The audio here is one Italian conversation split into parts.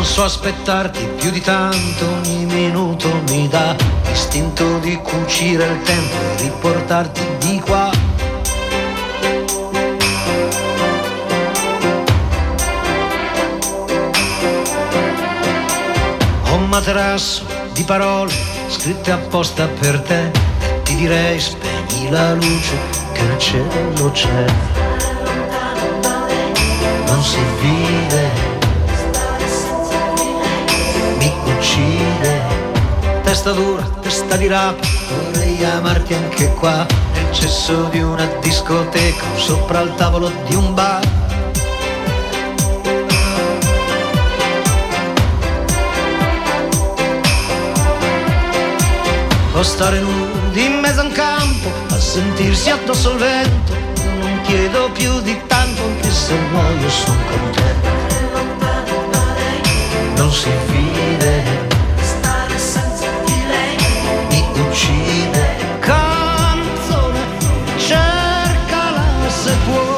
Non so aspettarti più di tanto, ogni minuto mi dà l'istinto di cucire il tempo e riportarti di qua. Ho un materasso di parole scritte apposta per te e ti direi spegni la luce che nel cielo c'è. Non si vive, mi uccide, testa dura, testa di rapa, vorrei amarti anche qua, nel cesso di una discoteca, sopra il tavolo di un bar. O stare nudi in mezzo a un campo, a sentirsi addosso al vento, non chiedo più di tanto, anche se muoio son contento. Non si vive, stare senza di lei mi uccide. Canzone, cercala se può.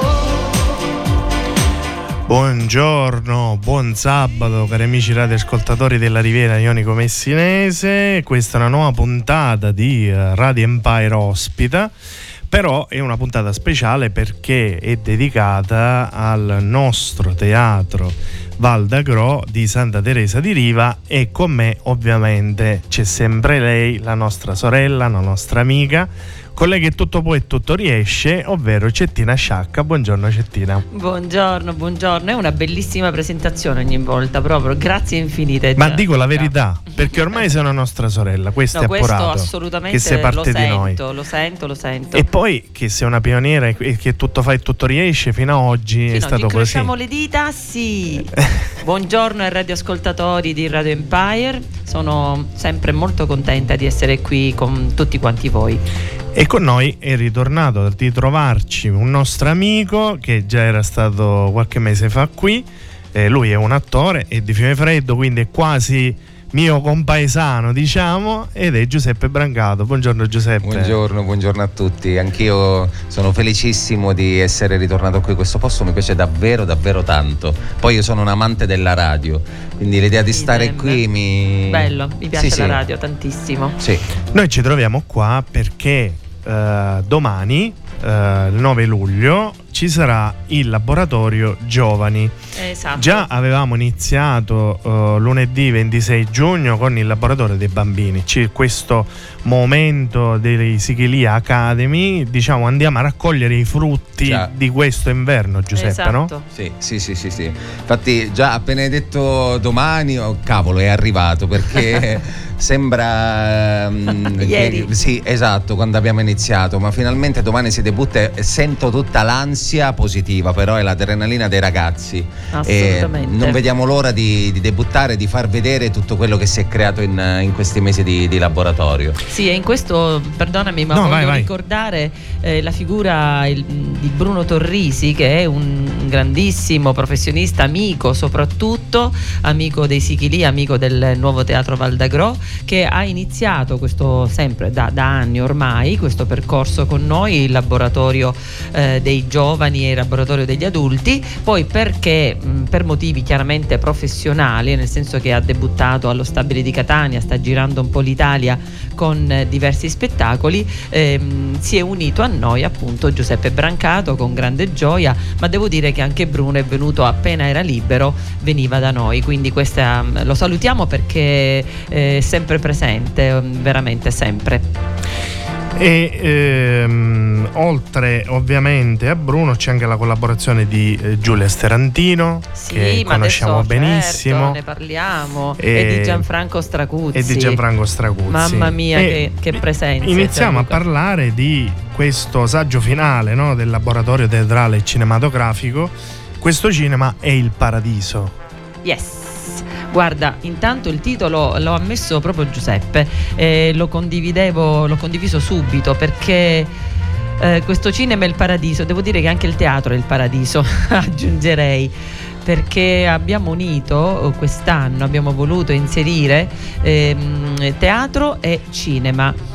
Buongiorno, buon sabato cari amici radioascoltatori della Riviera Ionico Messinese. Questa è una nuova puntata di Radio Empire Ospita, però è una puntata speciale perché è dedicata al nostro teatro Val d'Agro di Santa Teresa di Riva e con me ovviamente c'è sempre lei, la nostra sorella, la nostra amica, con lei che tutto può e tutto riesce, ovvero Cettina Sciacca. Buongiorno Cettina. Buongiorno, è una bellissima presentazione ogni volta, proprio, grazie infinite. Ma dico la verità, perché ormai sei una nostra sorella, questo è appurato, questo assolutamente, che sei parte lo di sento, noi. Lo sento. E poi che sei una pioniera e che tutto fa e tutto riesce, fino ad oggi è stato così. Incrociamo le dita, sì. Buongiorno ai radioascoltatori di Radio Empire, sono sempre molto contenta di essere qui con tutti quanti voi. E con noi è ritornato di trovarci un nostro amico che già era stato qualche mese fa qui. Lui è un attore, è di Fiumefreddo, quindi è quasi mio compaesano, diciamo, ed è Giuseppe Brancato. Buongiorno Giuseppe. Buongiorno a tutti. Anch'io sono felicissimo di essere ritornato qui. Questo posto mi piace davvero tanto. Poi io sono un amante della radio, quindi l'idea di stare qui mi piace la radio tantissimo. Sì. Noi ci troviamo qua perché domani, il 9 luglio, ci sarà il laboratorio giovani. Esatto. Già avevamo iniziato lunedì 26 giugno con il laboratorio dei bambini. C'è questo momento dei Sichilia Academy, diciamo, andiamo a raccogliere i frutti di questo inverno, Giuseppe, esatto. no? Sì. Infatti già appena hai detto domani, cavolo, è arrivato, perché sembra ieri. Sì, esatto, quando abbiamo iniziato, ma finalmente domani si debutta e sento tutta l'ansia positiva, però è l'adrenalina dei ragazzi. Assolutamente. Non vediamo l'ora di debuttare, di far vedere tutto quello che si è creato in questi mesi di laboratorio. Sì, e in questo, perdonami, ma voglio ricordare la figura di Bruno Torrisi, che è un grandissimo professionista, amico, soprattutto amico dei Sichili, amico del nuovo teatro Val d'Agro, che ha iniziato questo sempre da anni ormai questo percorso con noi, il laboratorio dei giovani e il laboratorio degli adulti. Poi perché per motivi chiaramente professionali, nel senso che ha debuttato allo Stabile di Catania, sta girando un po' l'Italia con diversi spettacoli, si è unito a noi appunto Giuseppe Brancato con grande gioia, ma devo dire che anche Bruno è venuto appena era libero, veniva da noi, quindi questa lo salutiamo perché è sempre presente, veramente sempre. E oltre ovviamente a Bruno c'è anche la collaborazione di Giulia Sterantino, che conosciamo adesso, benissimo, certo, ne parliamo, e di Gianfranco Stracuzzi. Mamma mia, che presenza. Iniziamo a parlare di questo saggio finale, no, del laboratorio teatrale e cinematografico. Questo cinema è il paradiso. Yes. Guarda, intanto il titolo l'ho ammesso proprio Giuseppe, l'ho condiviso subito perché questo cinema è il paradiso. Devo dire che anche il teatro è il paradiso, aggiungerei, perché abbiamo unito quest'anno, abbiamo voluto inserire teatro e cinema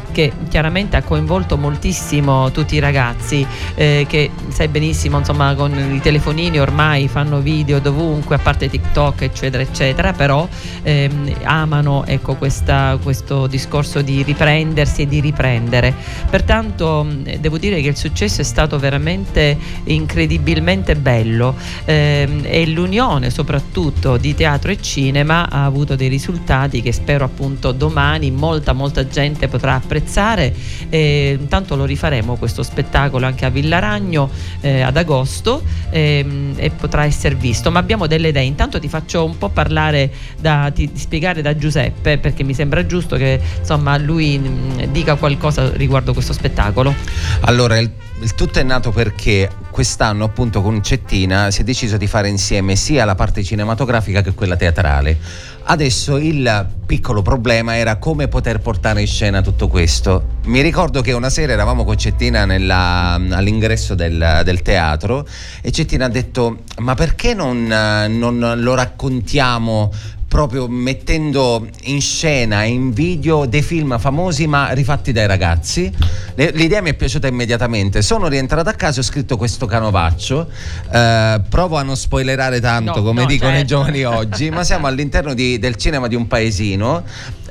che chiaramente ha coinvolto moltissimo tutti i ragazzi, che sai benissimo, insomma, con i telefonini ormai fanno video dovunque, a parte TikTok eccetera eccetera, però amano, ecco, questo discorso di riprendersi e di riprendere. Pertanto devo dire che il successo è stato veramente incredibilmente bello, e l'unione soprattutto di teatro e cinema ha avuto dei risultati che spero appunto domani molta gente potrà apprezzare. Intanto lo rifaremo questo spettacolo anche a Villaragno ad agosto, e potrà essere visto, ma abbiamo delle idee. Intanto ti faccio un po' parlare di spiegare da Giuseppe, perché mi sembra giusto che insomma lui dica qualcosa riguardo questo spettacolo. Allora, il tutto è nato perché quest'anno appunto con Cettina si è deciso di fare insieme sia la parte cinematografica che quella teatrale. Adesso il piccolo problema era come poter portare in scena tutto questo. Mi ricordo che una sera eravamo con Cettina all'ingresso del teatro, e Cettina ha detto: ma perché non lo raccontiamo proprio mettendo in scena e in video dei film famosi ma rifatti dai ragazzi? L'idea mi è piaciuta immediatamente. Sono rientrato a casa e ho scritto questo canovaccio. Provo a non spoilerare tanto, come dicono i giovani oggi, ma siamo all'interno del cinema di un paesino,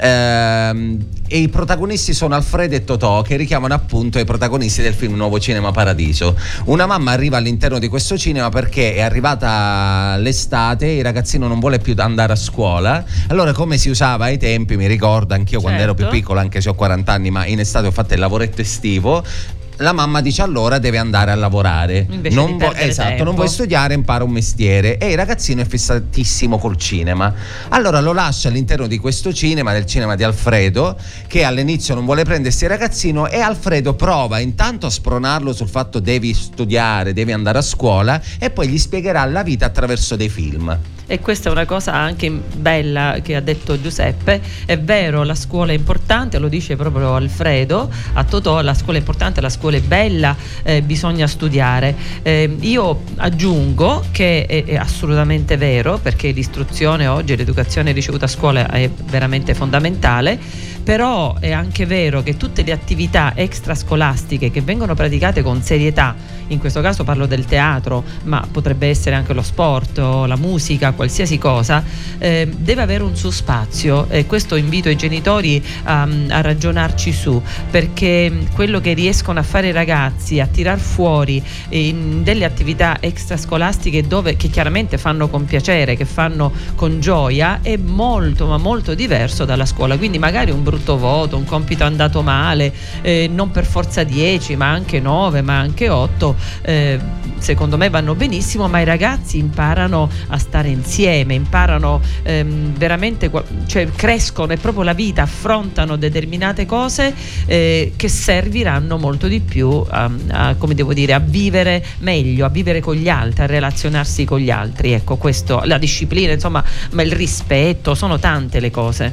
e i protagonisti sono Alfredo e Totò, che richiamano appunto i protagonisti del film Nuovo Cinema Paradiso. Una mamma arriva all'interno di questo cinema perché è arrivata l'estate, il ragazzino non vuole più andare a scuola. Allora, come si usava ai tempi, mi ricordo anch'io quando ero più piccolo, anche se ho 40 anni, ma in estate ho fatto il lavoretto estivo. La mamma dice: allora deve andare a lavorare, non vuoi studiare, impara un mestiere. E il ragazzino è fissatissimo col cinema. Allora lo lascia all'interno di questo cinema, del cinema di Alfredo, che all'inizio non vuole prendersi il ragazzino, e Alfredo prova intanto a spronarlo sul fatto: devi studiare, devi andare a scuola, e poi gli spiegherà la vita attraverso dei film. E questa è una cosa anche bella che ha detto Giuseppe. È vero, la scuola è importante, lo dice proprio Alfredo a Totò: la scuola è importante, la scuola è bella, bisogna studiare. Io aggiungo che è assolutamente vero, perché l'istruzione oggi, l'educazione ricevuta a scuola è veramente fondamentale, però è anche vero che tutte le attività extrascolastiche che vengono praticate con serietà, in questo caso parlo del teatro, ma potrebbe essere anche lo sport o la musica, qualsiasi cosa, deve avere un suo spazio, e questo invito i genitori a ragionarci su, perché quello che riescono a fare i ragazzi, a tirar fuori in delle attività extrascolastiche che chiaramente fanno con piacere, che fanno con gioia, è molto ma molto diverso dalla scuola. Quindi magari un brutto voto, un compito andato male, non per forza 10 ma anche 9 ma anche 8, secondo me vanno benissimo, ma i ragazzi imparano a stare insieme, imparano veramente, cioè crescono, è proprio la vita, affrontano determinate cose che serviranno molto di più come devo dire, a vivere meglio, a vivere con gli altri, a relazionarsi con gli altri. Ecco, questo, la disciplina, insomma, ma il rispetto, sono tante le cose.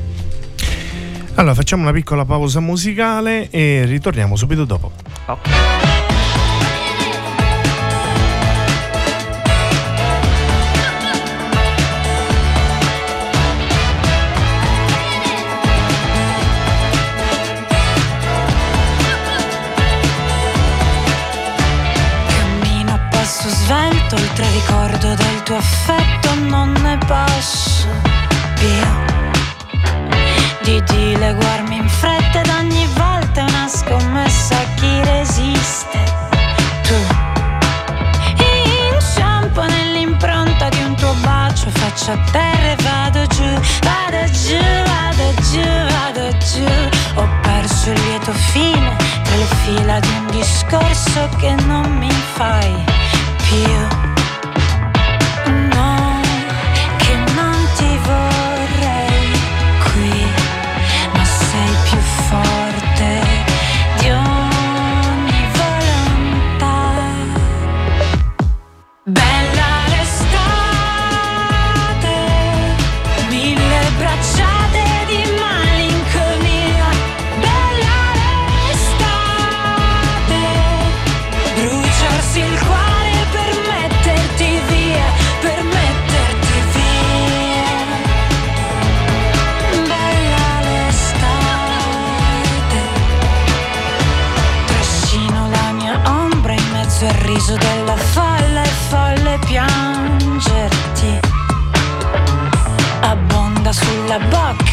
Allora facciamo una piccola pausa musicale e ritorniamo subito dopo. Okay. Svelto, oltre ricordo del tuo affetto, non ne posso più di dileguarmi in fretta, ed ogni volta è una scommessa a chi resiste. Tu inciampo nell'impronta di un tuo bacio, faccio a terra e vado giù, vado giù, vado giù, vado giù. Ho perso il lieto fine tra le fila di un discorso che non mi fai più. No, che non ti vorrei qui, ma sei più forte di ogni volontà. Bella l'estate, 1000 bracciate di malinconia. Bella l'estate, bruciarsi il cuore per mettere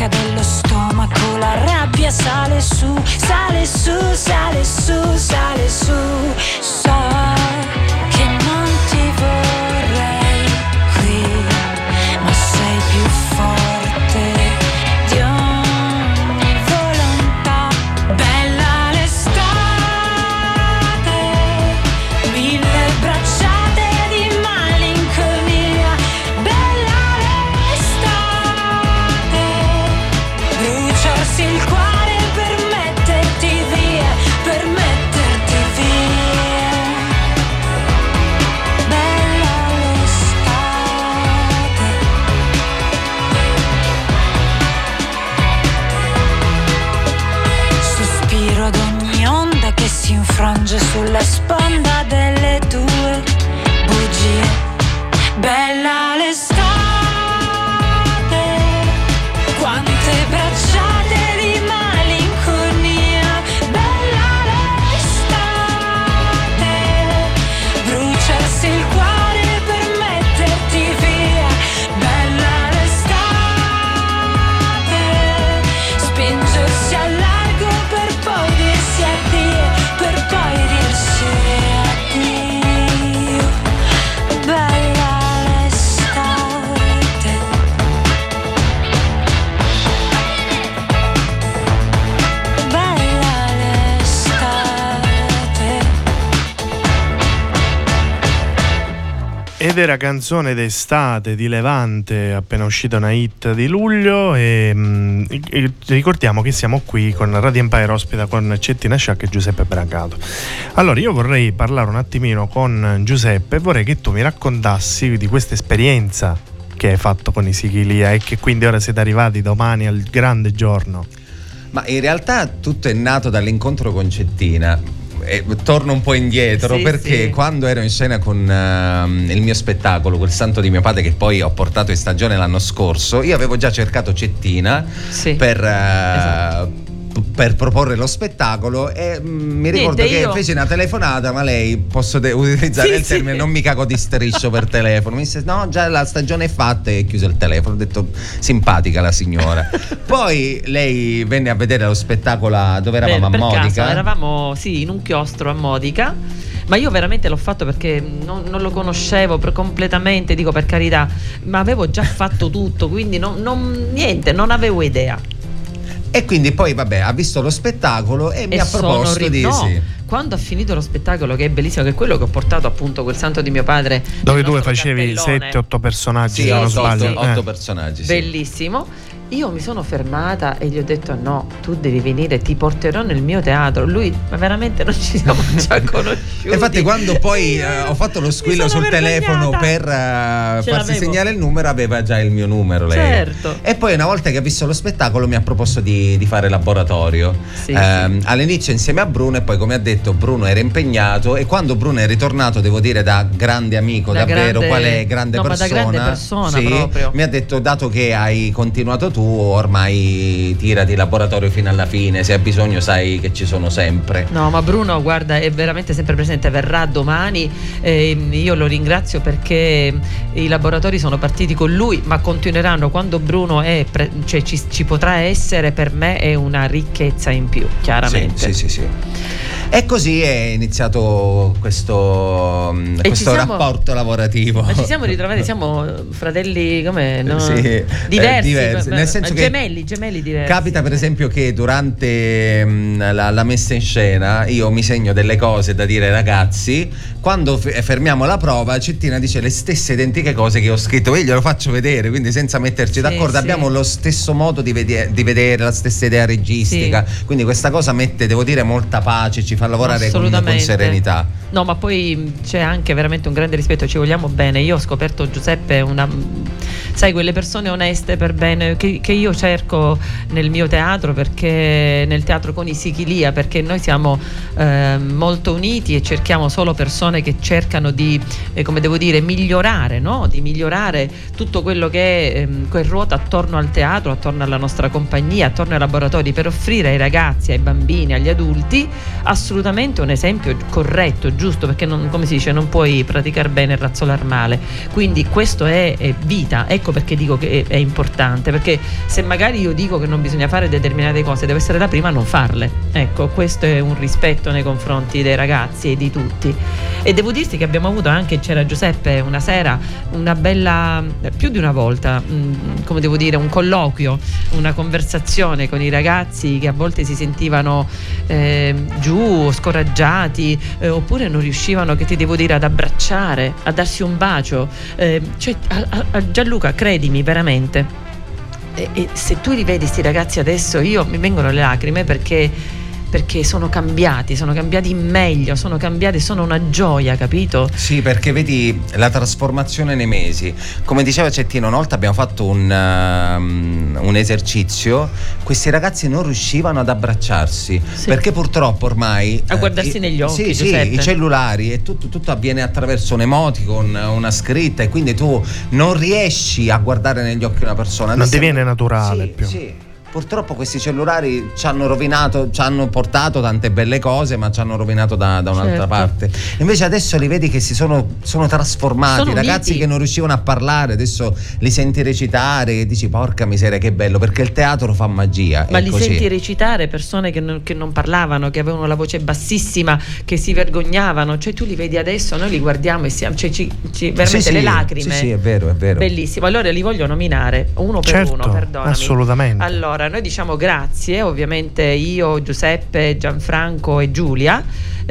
attacca dello stomaco, la rabbia sale su, sale su, sale su, sale su. So che non ti vorrei qui, ma sei più forte di ogni volontà. Bella l'estate, mille bracciate di malinconia. Bella l'estate, bruciarsi il cuore per metterti via, per metterti via. Bella l'estate. Sospiro ad ogni onda che si infrange sulla sponda delle tue bugie. Bella l'estate, quante bracciate di malinconia. Bella l'estate, bruciarsi il cuore per metterti via. Bella l'estate, spingersi al largo per poi dirsi addio, per poi dirsi addio. Bella l'estate. Bella l'estate. Ed era Canzone d'estate di Levante, appena uscita una hit di luglio, e ricordiamo che siamo qui con Radio Empire ospita con Cettina Sciacca e Giuseppe Brancato. Allora io vorrei parlare un attimino con Giuseppe e vorrei che tu mi raccontassi di questa esperienza che hai fatto con i Sichilia e che quindi ora siete arrivati domani al grande giorno. Ma in realtà tutto è nato dall'incontro con Cettina. Torno un po' indietro, Sì, perché sì. quando ero in scena con il mio spettacolo, quel Santo di mio padre, che poi ho portato in stagione l'anno scorso, io avevo già cercato Cettina Sì. per proporre lo spettacolo, e mi ricordo che feci una telefonata, ma lei, posso utilizzare Sì, il termine, sì. non mi cago di striscio per telefono, mi disse no, già la stagione è fatta, e chiuse il telefono. Ho detto simpatica la signora. Poi lei venne a vedere lo spettacolo dove eravamo, Per a Modica. caso, eravamo in un chiostro a Modica, ma io veramente l'ho fatto perché non lo conoscevo completamente, dico, per carità, ma avevo già fatto tutto, quindi niente, non avevo idea. E quindi poi vabbè, ha visto lo spettacolo e mi ha proposto di sì. Quando ha finito lo spettacolo, che è bellissimo, che è quello che ho portato appunto quel Santo di mio padre, Dove il tu nostro facevi cartellone. 7-8 personaggi, Sì, se non 8 sbaglio. personaggi, sì. Bellissimo. Io mi sono fermata e gli ho detto no, tu devi venire, ti porterò nel mio teatro. Lui, ma veramente non ci siamo già conosciuti. Infatti quando poi ho fatto lo squillo sul telefono per farsi l'avevo. segnare il numero, aveva già il mio numero lei. Certo. E poi una volta che ha visto lo spettacolo mi ha proposto di fare laboratorio. Sì, All'inizio insieme a Bruno, e poi, come ha detto, Bruno era impegnato, e quando Bruno è ritornato, devo dire da grande amico, davvero, quale grande no, persona, ma da grande persona, sì, proprio. mi ha detto: dato che hai continuato tu, ormai tirati laboratorio fino alla fine, se hai bisogno sai che ci sono sempre. No, ma Bruno, guarda, è veramente sempre presente, verrà domani. Io lo ringrazio perché i laboratori sono partiti con lui, ma continueranno quando Bruno ci potrà essere. Per me è una ricchezza in più, chiaramente. Sì. E così è iniziato questo rapporto lavorativo. Ma ci siamo ritrovati, siamo fratelli come no? Sì, diversi, nel senso che gemelli diversi. capita per esempio che durante la messa in scena io mi segno delle cose da dire ai ragazzi, quando fermiamo la prova Cettina dice le stesse identiche cose che ho scritto, io glielo faccio vedere, quindi senza metterci d'accordo, abbiamo lo stesso modo di vedere, la stessa idea registica, quindi questa cosa mette, devo dire, molta pace, ci fa lavorare con serenità. No, ma poi c'è anche veramente un grande rispetto, ci vogliamo bene. Io ho scoperto Giuseppe sai, quelle persone oneste per bene che io cerco nel mio teatro, perché nel teatro con i Sichilia, perché noi siamo molto uniti e cerchiamo solo persone che cercano di come devo dire, migliorare, no? Di migliorare tutto quello che ruota attorno al teatro, attorno alla nostra compagnia, attorno ai laboratori, per offrire ai ragazzi, ai bambini, agli adulti assolutamente assolutamente un esempio corretto, giusto, perché come si dice, non puoi praticare bene e razzolare male. Quindi questo è vita. Ecco perché dico che è importante, perché se magari io dico che non bisogna fare determinate cose, devo essere la prima a non farle. Ecco, questo è un rispetto nei confronti dei ragazzi e di tutti. E devo dirti che abbiamo avuto anche, c'era Giuseppe una sera, una bella, più di una volta, come devo dire, un colloquio, una conversazione con i ragazzi che a volte si sentivano giù, scoraggiati, oppure non riuscivano, che ti devo dire, ad abbracciare, a darsi un bacio. Cioè, a Gianluca, credimi veramente, e se tu li vedi sti ragazzi adesso, mi vengono le lacrime perché sono cambiati in meglio, sono cambiati, sono una gioia, capito? Sì, perché vedi la trasformazione nei mesi. Come diceva Cettino, una volta abbiamo fatto un esercizio, questi ragazzi non riuscivano ad abbracciarsi, perché purtroppo ormai a guardarsi negli occhi, sì, i cellulari, e tutto avviene attraverso un emoticon, una scritta, e quindi tu non riesci a guardare negli occhi una persona, non diviene naturale più. Sì. Purtroppo questi cellulari ci hanno portato tante belle cose, ma ci hanno rovinato da un'altra parte. Invece adesso li vedi che sono trasformati, sono ragazzi uniti, che non riuscivano a parlare, adesso li senti recitare e dici porca miseria che bello, perché il teatro fa magia. Ma li senti recitare persone che non parlavano, che avevano la voce bassissima, che si vergognavano, cioè tu li vedi adesso, noi li guardiamo e veramente le lacrime. Sì, è vero. Bellissimo. Allora li voglio nominare uno per uno, perdonami. Assolutamente. Allora, noi diciamo grazie, ovviamente io, Giuseppe, Gianfranco e Giulia,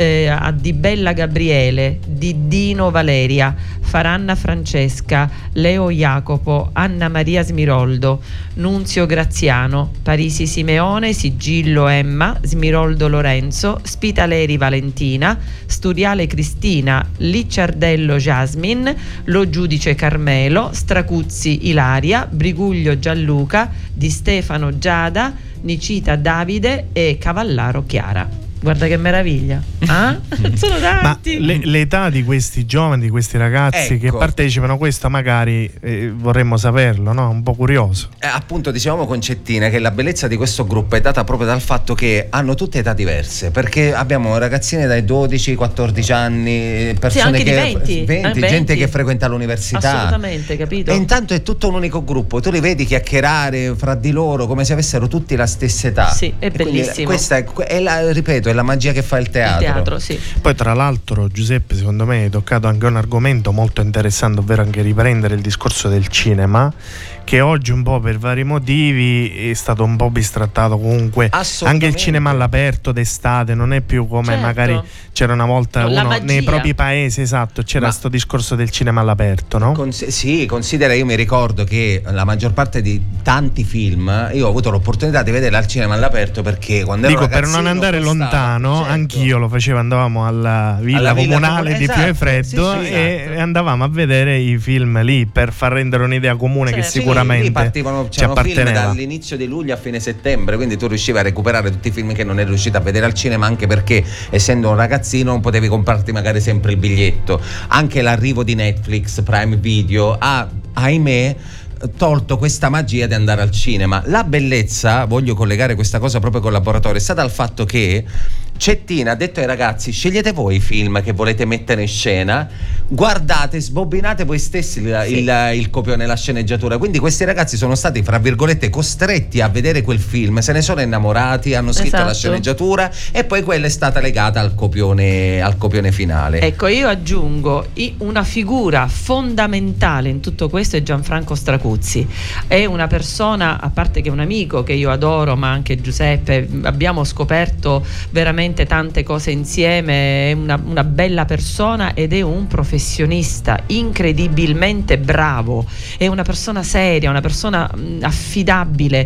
a Di Bella Gabriele, Diddino Valeria, Faranna Francesca, Leo Jacopo, Anna Maria Smiroldo, Nunzio Graziano, Parisi Simeone, Sigillo Emma, Smiroldo Lorenzo, Spitaleri Valentina, Sturiale Cristina, Licciardello Jasmine, Lo Giudice Carmelo, Stracuzzi Ilaria, Briguglio Gianluca, Di Stefano Giada, Nicita Davide e Cavallaro Chiara. Guarda che meraviglia. Sono tanti. Ma l'età di questi giovani, di questi ragazzi che partecipano, questo magari vorremmo saperlo, no? Un po' curioso. Appunto, dicevamo con Cettina che la bellezza di questo gruppo è data proprio dal fatto che hanno tutte età diverse, perché abbiamo ragazzine dai 12-14 anni, persone anche che 20, gente che frequenta l'università. Assolutamente, capito? E intanto è tutto un unico gruppo, tu li vedi chiacchierare fra di loro come se avessero tutti la stessa età. Sì, è bellissimo. Questa ripeto, è la magia che fa il teatro. Il teatro, sì. Poi tra l'altro, Giuseppe, secondo me hai toccato anche un argomento molto interessante, ovvero anche riprendere il discorso del cinema, che oggi un po' per vari motivi è stato un po' bistrattato. Comunque anche il cinema all'aperto d'estate non è più come magari c'era una volta nei propri paesi, c'era questo discorso del cinema all'aperto, no? Sì, considera, io mi ricordo che la maggior parte di tanti film io ho avuto l'opportunità di vederla al cinema all'aperto, perché quando ero ragazzino, per non andare lontano, anch'io lo facevo, andavamo alla villa comunale di Pievefreddo e andavamo a vedere i film lì per far rendere un'idea comune che sicuramente lì partivano, c'erano film dall'inizio di luglio a fine settembre, quindi tu riuscivi a recuperare tutti i film che non eri riuscito a vedere al cinema, anche perché essendo un ragazzino non potevi comprarti magari sempre il biglietto. Anche l'arrivo di Netflix, Prime Video ha, ahimè, tolto questa magia di andare al cinema. La bellezza, voglio collegare questa cosa proprio col laboratorio, è stata il fatto che Cettina ha detto ai ragazzi: scegliete voi i film che volete mettere in scena, guardate, sbobbinate voi stessi il copione, la sceneggiatura. Quindi questi ragazzi sono stati, fra virgolette, costretti a vedere quel film, se ne sono innamorati, hanno scritto la sceneggiatura e poi quella è stata legata al copione finale. Ecco, io aggiungo una figura fondamentale in tutto questo è Gianfranco Stracuzzi. È una persona, a parte che è un amico che io adoro, ma anche Giuseppe, abbiamo scoperto veramente tante cose insieme, è una bella persona ed è un professionista incredibilmente bravo, è una persona seria, una persona affidabile,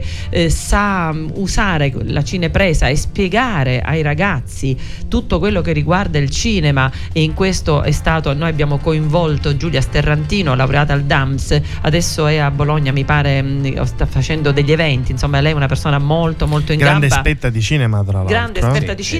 sa usare la cinepresa e spiegare ai ragazzi tutto quello che riguarda il cinema, e in questo noi abbiamo coinvolto Giulia Sterrantino, laureata al DAMS, adesso è a Bologna, mi pare, sta facendo degli eventi, insomma lei è una persona molto molto in grande gamba, esperta di cinema, tra l'altro. Grande esperta di cinema,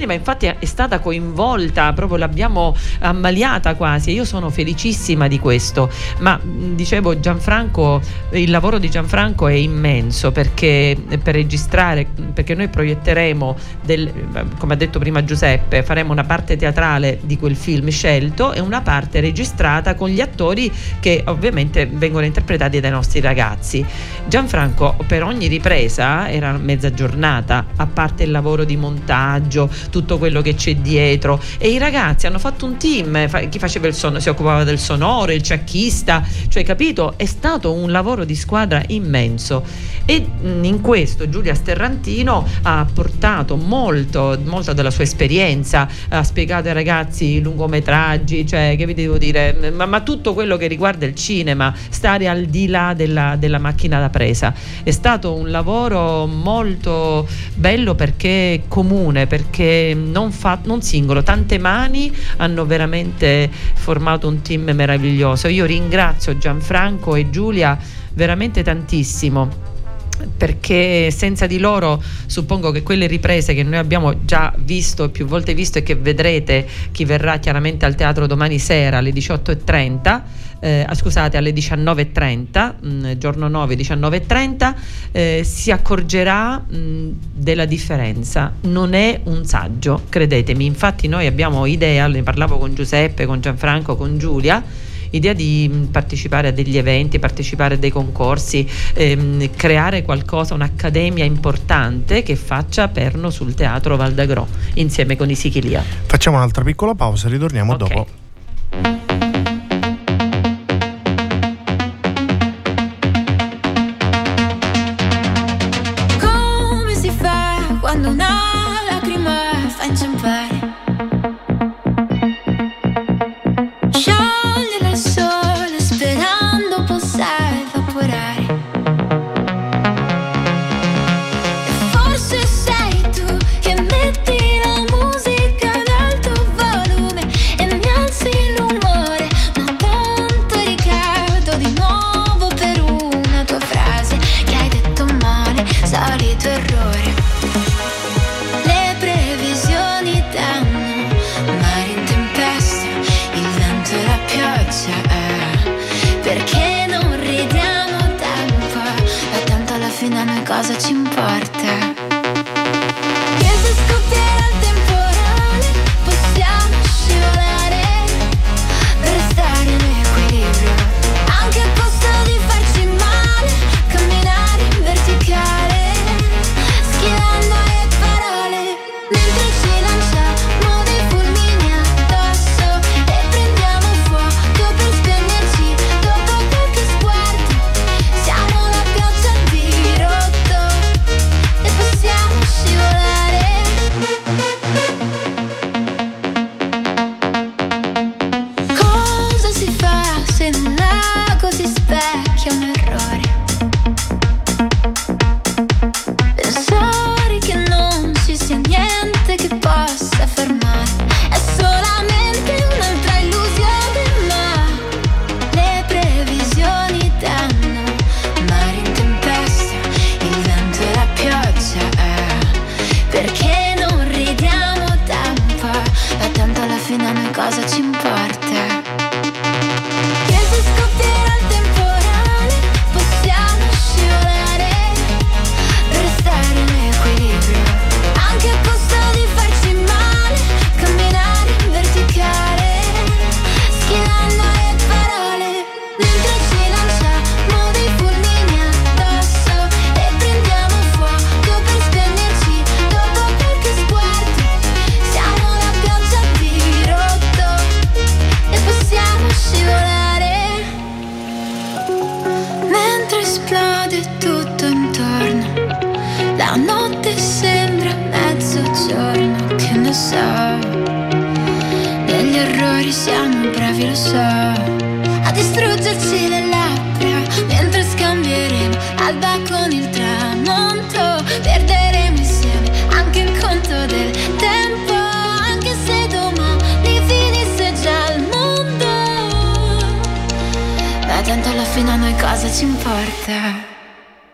cinema, infatti è stata coinvolta, proprio l'abbiamo ammaliata quasi, e io sono felicissima di questo. Ma dicevo, Gianfranco, il lavoro di Gianfranco è immenso, perché per registrare, perché noi proietteremo come ha detto prima Giuseppe, faremo una parte teatrale di quel film scelto e una parte registrata con gli attori che ovviamente vengono interpretati dai nostri ragazzi. Gianfranco per ogni ripresa era mezza giornata, a parte il lavoro di montaggio, tutto quello che c'è dietro, e i ragazzi hanno fatto un team, chi faceva il sonoro, si occupava del sonoro, il ciacchista, cioè, capito, è stato un lavoro di squadra immenso. E in questo Giulia Sterrantino ha portato molta della sua esperienza, ha spiegato ai ragazzi i lungometraggi, cioè, che vi devo dire, ma tutto quello che riguarda il cinema, stare al di là della macchina da presa. È stato un lavoro molto bello, perché comune, perché non singolo, tante mani hanno veramente formato un team meraviglioso. Io ringrazio Gianfranco e Giulia veramente tantissimo, perché senza di loro suppongo che quelle riprese che noi abbiamo già visto, più volte visto, e che vedrete, chi verrà chiaramente al teatro domani sera alle 18:30, scusate, alle 19:30, giorno 9, 19:30, si accorgerà della differenza. Non è un saggio, credetemi. Infatti noi abbiamo idea, ne parlavo con Giuseppe, con Gianfranco, con Giulia, idea di partecipare a degli eventi, partecipare a dei concorsi, creare qualcosa, un'accademia importante che faccia perno sul teatro Val d'Agro insieme con i Sichilia. Facciamo un'altra piccola pausa, ritorniamo dopo. Come si fa quando una lacrima fa inciampare? Cosa ci importa?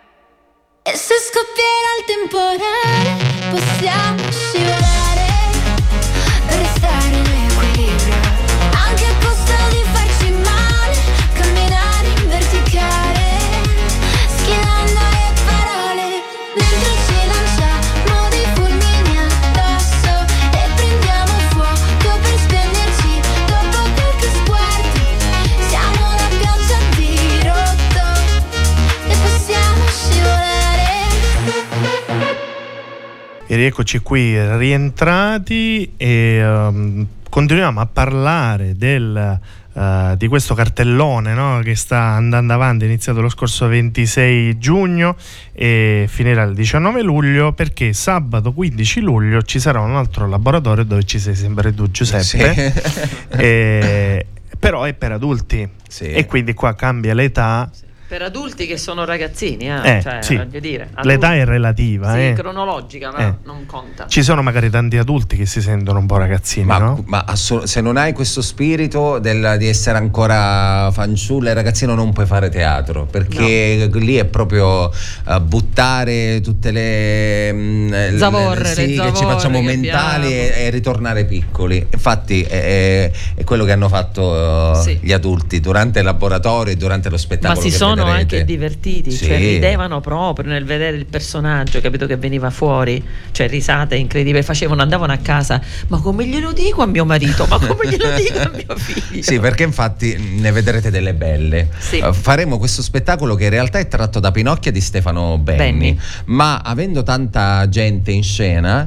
E se scoppierà il temporale possiamo scivolare E rieccoci qui rientrati e continuiamo a parlare di questo cartellone, no? Che sta andando avanti, è iniziato lo scorso 26 giugno e finirà il 19 luglio, perché sabato 15 luglio ci sarà un altro laboratorio dove ci sei sempre tu, Giuseppe. Sì. Però è per adulti, sì. E quindi qua cambia l'età. Sì. Per adulti che sono ragazzini, cioè, sì. Voglio dire, adulti, l'età è relativa, sì, cronologica, ma non conta. Ci sono magari tanti adulti che si sentono un po' ragazzini, no? Ma se non hai questo spirito di essere ancora fanciullo e ragazzino, non puoi fare teatro, perché lì è proprio buttare tutte le zavorre, che ci facciamo mentali e ritornare piccoli. Infatti è quello che hanno fatto gli adulti durante il laboratorio e durante lo spettacolo. Ma si sono anche divertiti, cioè ridevano proprio nel vedere il personaggio, capito, che veniva fuori, cioè risate incredibili, andavano a casa, ma come glielo dico a mio marito, ma come glielo dico a mio figlio? Sì, perché infatti ne vedrete delle belle. Sì. Faremo questo spettacolo che in realtà è tratto da Pinocchia di Stefano Benni. Ma avendo tanta gente in scena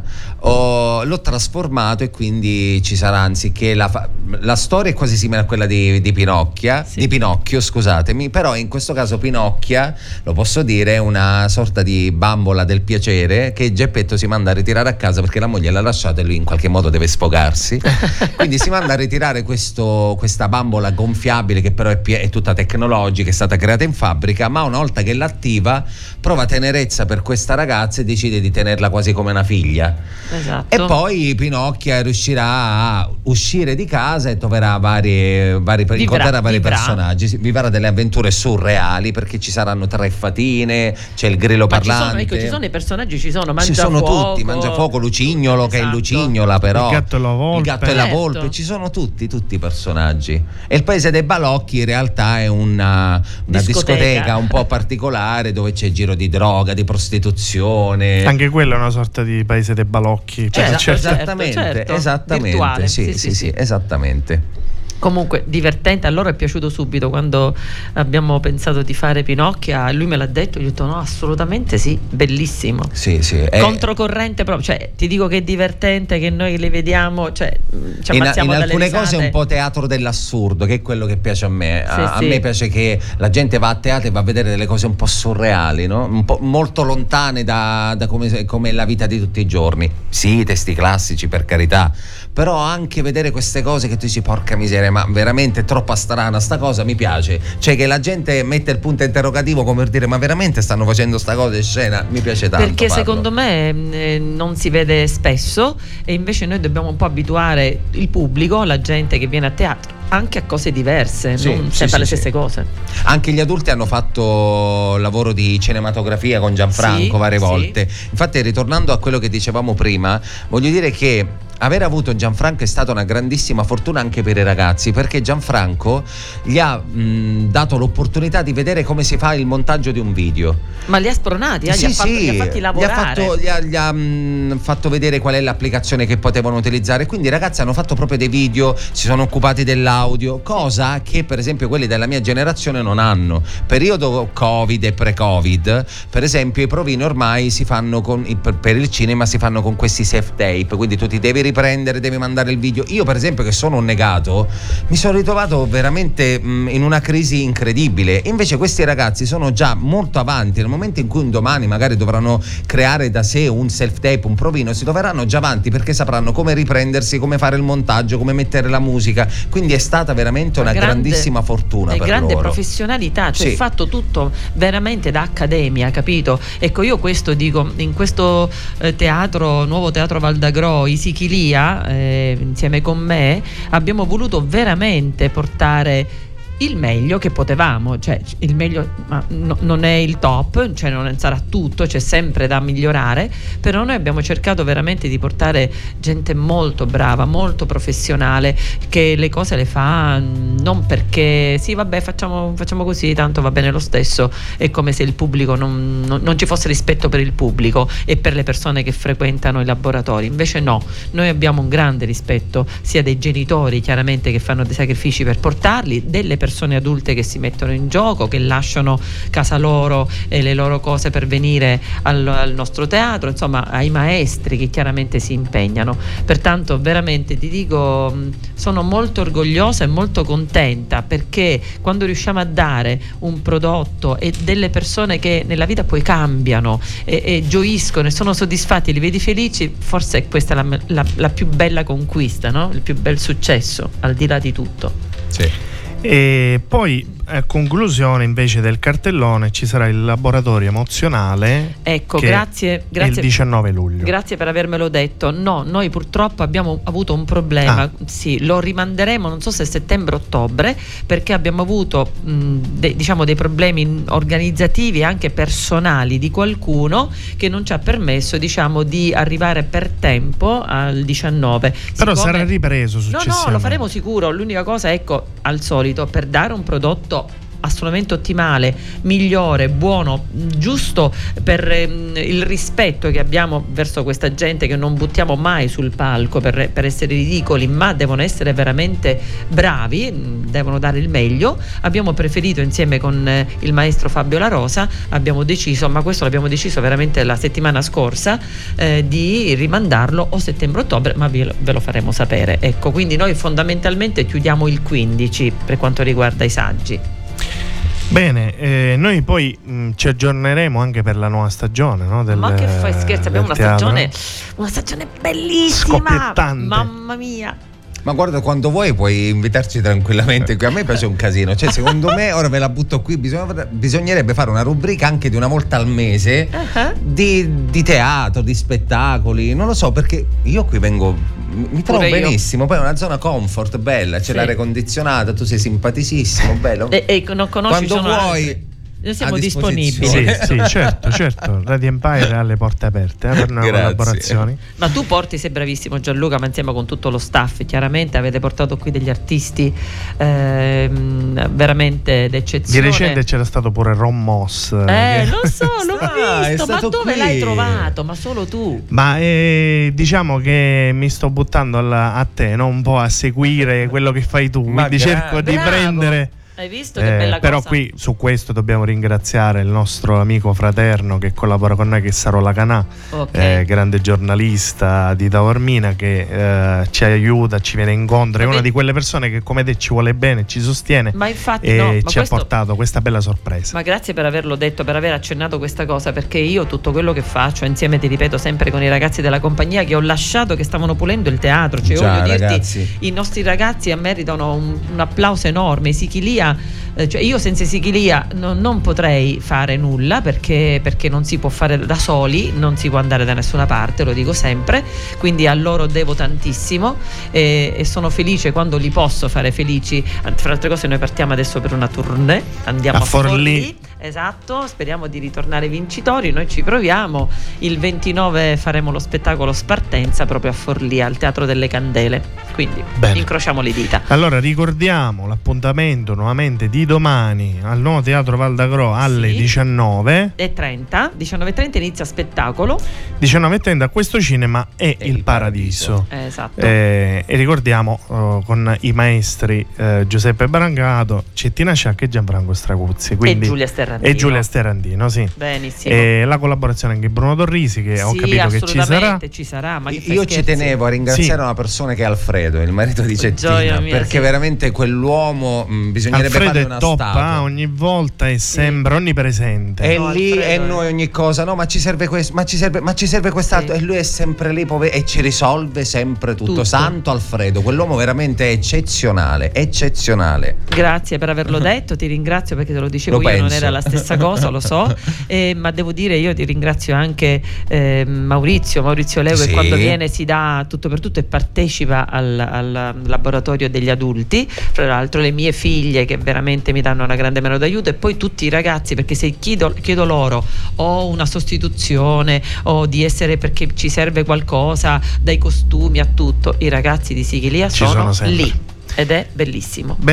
l'ho trasformato, e quindi ci sarà, anziché la storia è quasi simile a quella di Pinocchio, scusatemi, però in questo caso Pinocchia, lo posso dire, è una sorta di bambola del piacere che Geppetto si manda a ritirare a casa perché la moglie l'ha lasciata e lui in qualche modo deve sfogarsi. Quindi si manda a ritirare questa bambola gonfiabile, che però è tutta tecnologica, è stata creata in fabbrica, ma una volta che l'attiva prova tenerezza per questa ragazza e decide di tenerla quasi come una figlia. Esatto. E poi Pinocchia riuscirà a uscire di casa e troverà incontrerà vari personaggi, vivrà delle avventure surreali, perché ci saranno 3 fatine, c'è il grillo parlante, ci sono i personaggi, ci sono tutti, Mangiafuoco, Lucignolo, che è il Lucignola, però il gatto e la volpe, ci sono tutti i personaggi. E il paese dei balocchi in realtà è una discoteca un po' particolare, dove c'è giro di droga, di prostituzione. Anche quello è una sorta di paese dei balocchi, esattamente, virtuale. Sì, esattamente. Comunque divertente, a loro è piaciuto subito quando abbiamo pensato di fare Pinocchia, lui me l'ha detto, io ho detto no, assolutamente sì, bellissimo. Sì. Controcorrente proprio, cioè ti dico che è divertente, che noi le vediamo, cioè ci ammazziamo in dalle alcune risate. cose è un po' teatro dell'assurdo, che è quello che piace a me. A me piace che la gente va a teatro e va a vedere delle cose un po' surreali, no? Un po' molto lontane da come la vita di tutti i giorni. Sì, testi classici, per carità, però anche vedere queste cose che tu dici porca miseria, ma veramente è troppo strana sta cosa, mi piace, cioè che la gente mette il punto interrogativo come per dire ma veramente stanno facendo sta cosa in scena, mi piace tanto perché farlo. Secondo me non si vede spesso, e invece noi dobbiamo un po' abituare il pubblico, la gente che viene a teatro, anche a cose diverse, non sempre le stesse cose. Anche gli adulti hanno fatto lavoro di cinematografia con Gianfranco varie volte. Infatti, ritornando a quello che dicevamo prima, voglio dire che aver avuto Gianfranco è stata una grandissima fortuna anche per i ragazzi, perché Gianfranco gli ha dato l'opportunità di vedere come si fa il montaggio di un video. Ma li ha spronati, li ha fatti lavorare. Gli ha fatto vedere qual è l'applicazione che potevano utilizzare, quindi i ragazzi hanno fatto proprio dei video, si sono occupati dell'audio, cosa che per esempio quelli della mia generazione non hanno. Periodo Covid e pre-Covid, per esempio, i provini ormai si fanno per il cinema si fanno con questi safe tape, quindi tu ti devi riprendere, devi mandare il video. Io per esempio, che sono un negato, mi sono ritrovato veramente in una crisi incredibile. Invece questi ragazzi sono già molto avanti. Nel momento in cui un domani magari dovranno creare da sé un self tape, un provino, si troveranno già avanti, perché sapranno come riprendersi, come fare il montaggio, come mettere la musica. Quindi è stata veramente una grandissima fortuna per grande loro. Professionalità, cioè fatto tutto veramente da accademia, capito? Ecco, io questo dico, in questo teatro, nuovo teatro Valdagro, Isichilia, insieme con me abbiamo voluto veramente portare il meglio che potevamo, cioè il meglio, ma non è il top, cioè non sarà tutto, c'è sempre da migliorare, però noi abbiamo cercato veramente di portare gente molto brava, molto professionale, che le cose le fa non perché sì vabbè facciamo così, tanto va bene lo stesso, è come se il pubblico non ci fosse rispetto per il pubblico e per le persone che frequentano i laboratori. Invece no, noi abbiamo un grande rispetto sia dei genitori chiaramente che fanno dei sacrifici per portarli, delle persone adulte che si mettono in gioco, che lasciano casa loro e le loro cose per venire al nostro teatro, insomma ai maestri che chiaramente si impegnano. Pertanto veramente ti dico, sono molto orgogliosa e molto contenta, perché quando riusciamo a dare un prodotto e delle persone che nella vita poi cambiano e gioiscono e sono soddisfatti, li vedi felici, forse questa è la più bella conquista, no? Il più bel successo, al di là di tutto. Sì. E poi a conclusione invece del cartellone ci sarà il laboratorio emozionale. Ecco, che grazie il 19 luglio. Grazie per avermelo detto. No, noi purtroppo abbiamo avuto un problema. Sì, lo rimanderemo, non so se settembre-ottobre, perché abbiamo avuto dei problemi organizzativi e anche personali di qualcuno che non ci ha permesso, diciamo, di arrivare per tempo al 19. Però sarà ripreso successivamente. No, lo faremo sicuro. L'unica cosa, ecco, al solito, per dare un prodotto assolutamente ottimale, migliore, buono, giusto per il rispetto che abbiamo verso questa gente, che non buttiamo mai sul palco per essere ridicoli, ma devono essere veramente bravi, devono dare il meglio. Abbiamo preferito, insieme con il maestro Fabio La Rosa, abbiamo deciso, ma questo l'abbiamo deciso veramente la settimana scorsa, di rimandarlo o settembre-ottobre, ma ve lo faremo sapere. Ecco, quindi noi fondamentalmente chiudiamo il 15 per quanto riguarda i saggi. Bene, noi poi ci aggiorneremo anche per la nuova stagione, no? Ma che fai, scherzi? Abbiamo una stagione bellissima, scoppiettante. Mamma mia. Ma guarda, quando vuoi puoi invitarci tranquillamente qui. A me piace un casino, cioè secondo me, ora ve la butto qui, bisognerebbe fare una rubrica anche di una volta al mese di teatro, di spettacoli, non lo so, perché io qui vengo, mi trovo benissimo, poi è una zona comfort bella, c'è l'aria condizionata, tu sei simpaticissimo, bello. E non conosci, quando vuoi noi siamo disponibili. Sì, certo. Radio Empire ha le porte aperte per nuove collaborazioni. Ma tu sei bravissimo Gianluca, ma insieme con tutto lo staff, chiaramente avete portato qui degli artisti veramente d'eccezione. Di recente c'era stato pure Ron Moss. Lo so, l'ho visto, ma dove qui l'hai trovato? Ma solo tu. Ma diciamo che mi sto buttando a te, no? Un po' a seguire quello che fai tu, quindi cerco di prendere. Hai visto che bella però cosa? Qui su questo dobbiamo ringraziare il nostro amico fraterno che collabora con noi, che è Saro Lacanà, grande giornalista di Taormina, che ci aiuta, ci viene incontro, è una di quelle persone che come te ci vuole bene, ci sostiene, ma infatti, e ci ha portato questa bella sorpresa. Ma grazie per averlo detto, per aver accennato questa cosa, perché io tutto quello che faccio insieme, ti ripeto, sempre con i ragazzi della compagnia che ho lasciato, che stavano pulendo il teatro, cioè voglio dirti, i nostri ragazzi meritano un applauso enorme. Sichilia, cioè io senza Sichilia non potrei fare nulla, perché non si può fare da soli, non si può andare da nessuna parte, lo dico sempre, quindi a loro devo tantissimo e sono felice quando li posso fare felici. Fra altre cose, noi partiamo adesso per una tournée, andiamo a Forlì. Esatto, speriamo di ritornare vincitori, noi ci proviamo. Il 29 faremo lo spettacolo Spartenza proprio a Forlì, al Teatro delle Candele, quindi incrociamo le dita. Allora ricordiamo l'appuntamento nuovamente di domani al nuovo Teatro Val d'Agro alle 19:30. 19:30 inizia spettacolo. 19:30 a questo cinema è il Paradiso. Esatto. E ricordiamo con i maestri Giuseppe Brancato, Cettina Sciacca e Gianfranco Stracuzzi, quindi e Giulia Sterrandino, sì. Benissimo. E la collaborazione anche Bruno Torrisi, che ho capito che ci sarà. Ma io ci tenevo a ringraziare una persona che è Alfredo, il marito di Cettina, perché veramente quell'uomo bisognerebbe fare una statua. Ogni volta è sempre onnipresente. E lì e noi ogni cosa, no, ma ci serve questo, ma ci serve quest'altro, e lui è sempre lì e ci risolve sempre tutto. Santo Alfredo, quell'uomo veramente eccezionale. Grazie per averlo detto, ti ringrazio, perché te lo dicevo io, non era la stessa cosa, lo so, ma devo dire, io ti ringrazio anche Maurizio Leo, che quando viene si dà tutto per tutto e partecipa al laboratorio degli adulti, fra l'altro le mie figlie che veramente mi danno una grande mano d'aiuto, e poi tutti i ragazzi, perché se chiedo loro o una sostituzione o di essere, perché ci serve qualcosa, dai costumi a tutto, i ragazzi di Sichilia sono lì ed è bellissimo. Bene,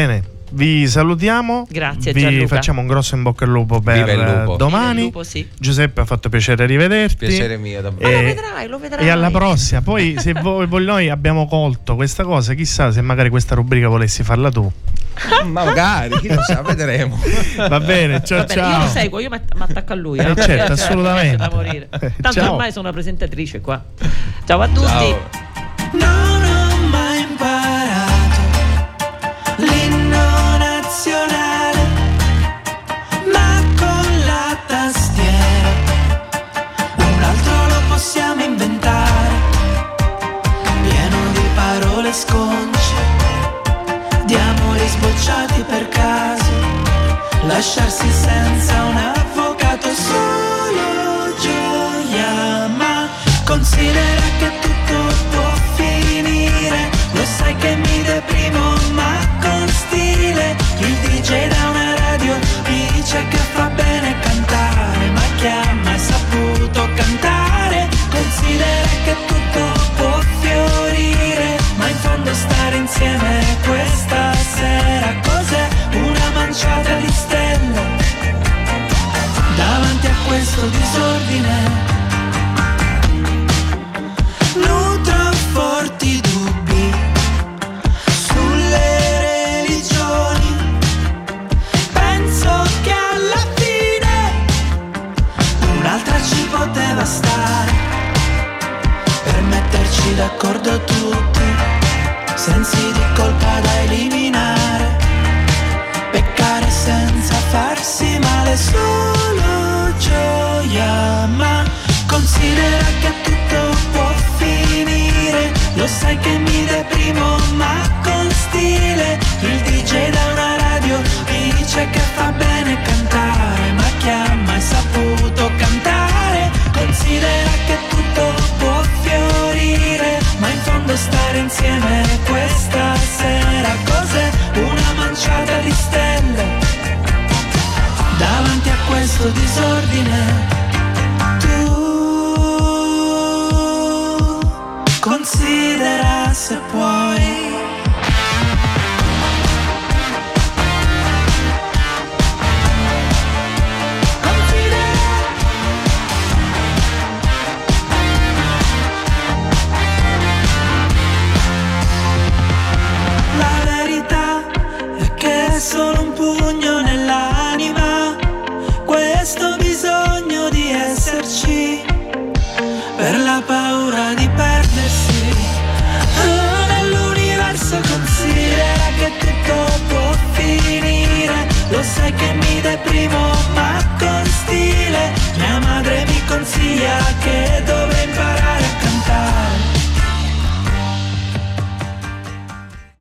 vi salutiamo. Grazie, vi Gianluca. facciamo un grosso in bocca al lupo per Viva il lupo. domani. Viva il lupo, sì. Giuseppe, ha fatto piacere rivederti. Piacere mio, davvero. Lo vedrai. E alla prossima. Poi se noi abbiamo colto questa cosa, chissà se magari questa rubrica volessi farla tu. Ma magari, chi lo sa, vedremo. Va bene, ciao. Io lo seguo, io mi attacco a lui. Certo, assolutamente. Da morire. Tanto Ciao. ormai sono una presentatrice qua. Ciao a tutti. Ciao. Non ho mai imparato l'inno nazionale, ma con la tastiera un altro lo possiamo inventare, pieno di parole sconce, di amori sbocciati per caso, lasciarsi senza un avvocato, solo gioia, ma considera che tutto può finire, lo sai che mi deprimo ma con stile, il DJ da una radio mi dice che fa bene cantare, ma chi ha mai saputo cantare, considera che tutto può fiorire, ma in fondo stare insieme questa sera cos'è? Una manciata di stelle davanti a questo disordine. Nutro forti dubbi sulle religioni, penso che alla fine un'altra ci poteva stare, per metterci d'accordo tutti, sensi di colpa da eliminare, peccare senza farsi male, solo gioia, ma considera che tutto può finire, lo sai che mi deprimo ma con stile, il DJ da una radio mi dice che fa bene cantare, ma chi ha mai saputo cantare, considera che tutto può fiorire, ma in fondo stare insieme questa sera cos'è? Una manciata di stelle davanti a questo disordine. Considera se puoi